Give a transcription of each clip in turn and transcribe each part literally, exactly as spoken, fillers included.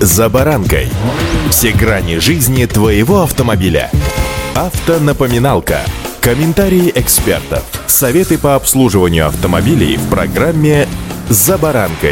«За баранкой». Все грани жизни твоего автомобиля. Автонапоминалка. Комментарии экспертов. Советы по обслуживанию автомобилей в программе «За баранкой».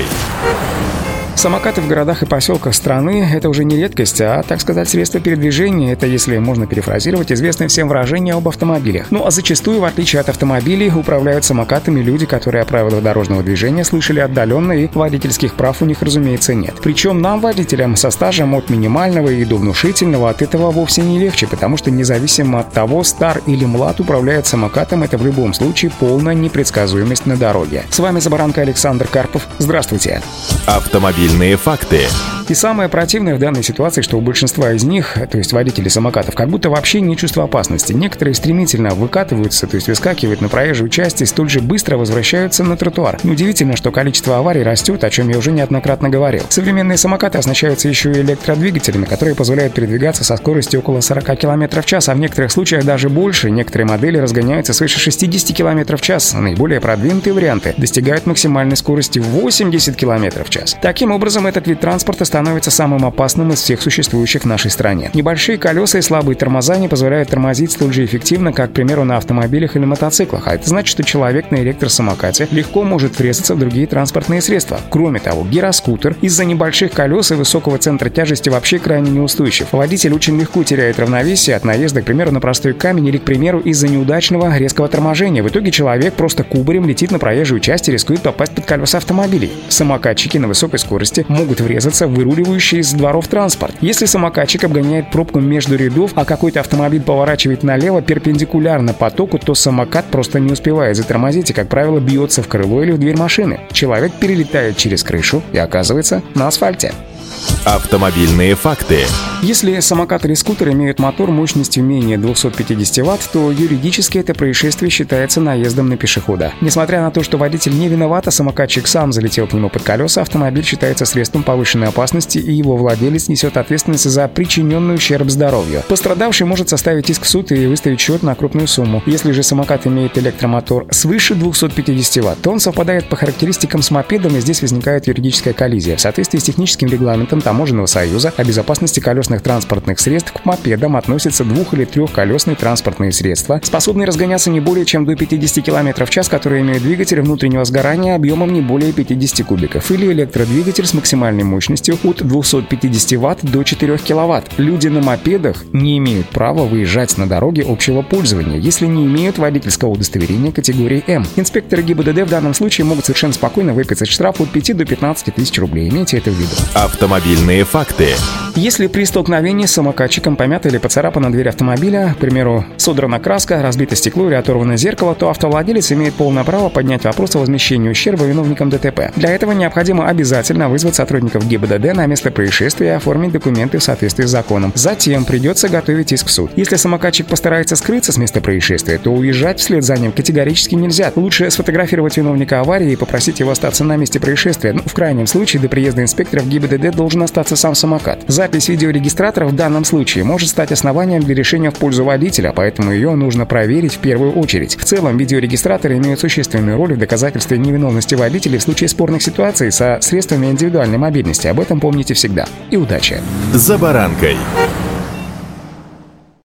Самокаты в городах и поселках страны – это уже не редкость, а, так сказать, средство передвижения. Это, если можно перефразировать, известное всем выражение об автомобилях. Ну а зачастую, в отличие от автомобилей, управляют самокатами люди, которые о правилах дорожного движения слышали отдаленно, и водительских прав у них, разумеется, нет. Причем нам, водителям, со стажем от минимального и до внушительного, от этого вовсе не легче, потому что независимо от того, стар или млад управляет самокатом, это в любом случае полная непредсказуемость на дороге. С вами «За баранкой» Александр Карпов. Здравствуйте. Автомобильные факты. И самое противное в данной ситуации, что у большинства из них, то есть водителей самокатов, как будто вообще не чувство опасности. Некоторые стремительно выкатываются, то есть выскакивают на проезжую часть и столь же быстро возвращаются на тротуар. Неудивительно, что количество аварий растет, о чем я уже неоднократно говорил. Современные самокаты оснащаются еще и электродвигателями, которые позволяют передвигаться со скоростью около сорок километров в час, а в некоторых случаях даже больше. Некоторые модели разгоняются свыше шестьдесят километров в час. Наиболее продвинутые варианты достигают максимальной скорости восемьдесят километров в час. Таким образом, этот вид транспорта становится самым опасным из всех существующих в нашей стране. Небольшие колеса и слабые тормоза не позволяют тормозить столь же эффективно, как, к примеру, на автомобилях или мотоциклах. А это значит, что человек на электросамокате легко может врезаться в другие транспортные средства. Кроме того, гироскутер из-за небольших колес и высокого центра тяжести вообще крайне неустойчив. Водитель очень легко теряет равновесие от наезда, к примеру, на простой камень или, к примеру, из-за неудачного резкого торможения. В итоге человек просто кубарем летит на проезжую часть и рискует попасть под колеса автомобилей. Самокатчики на высокой скорости могут врезаться в выруливающий из дворов транспорт. Если самокатчик обгоняет пробку между рядов, а какой-то автомобиль поворачивает налево перпендикулярно потоку, то самокат просто не успевает затормозить и, как правило, бьется в крыло или в дверь машины. Человек перелетает через крышу и оказывается на асфальте. Автомобильные факты. Если самокат или скутер имеют мотор мощностью менее двухсот пятидесяти ватт, то юридически это происшествие считается наездом на пешехода. Несмотря на то, что водитель не виноват, а самокатчик сам залетел к нему под колеса, автомобиль считается средством повышенной опасности, и его владелец несет ответственность за причиненный ущерб здоровью. Пострадавший может составить иск в суд и выставить счет на крупную сумму. Если же самокат имеет электромотор свыше двухсот пятидесяти ватт, то он совпадает по характеристикам с мопедом, и здесь возникает юридическая коллизия. В соответствии с техническим регламентом Таможенного союза о безопасности колесных транспортных средств к мопедам относятся двух- или трехколесные транспортные средства, способные разгоняться не более чем до пятидесяти километров в час, которые имеют двигатель внутреннего сгорания объемом не более пятидесяти кубиков, или электродвигатель с максимальной мощностью от двухсот пятидесяти ватт до четырёх киловатт. Люди на мопедах не имеют права выезжать на дороге общего пользования, если не имеют водительского удостоверения категории М. Инспекторы ГИБДД в данном случае могут совершенно спокойно выписать штраф от пяти до пятнадцати тысяч рублей. Имейте это в виду. Автомобильные факты. Если при столкновении с самокатчиком помята или поцарапана дверь автомобиля, к примеру, содрана краска, разбито стекло или оторвано зеркало, то автовладелец имеет полное право поднять вопрос о возмещении ущерба виновникам ДТП. Для этого необходимо обязательно вызвать сотрудников ГИБДД на место происшествия и оформить документы в соответствии с законом. Затем придется готовить иск в суд. Если самокатчик постарается скрыться с места происшествия, то уезжать вслед за ним категорически нельзя. Лучше сфотографировать виновника аварии и попросить его остаться на месте происшествия. Ну, в крайнем случае, до приезда инспекторов ГИБДД должен остаться сам самокат. Запись видеорегистратора в данном случае может стать основанием для решения в пользу водителя, поэтому ее нужно проверить в первую очередь. В целом, видеорегистраторы имеют существенную роль в доказательстве невиновности водителей в случае спорных ситуаций со средствами индивидуальной мобильности. Об этом помните всегда. И удачи! За баранкой.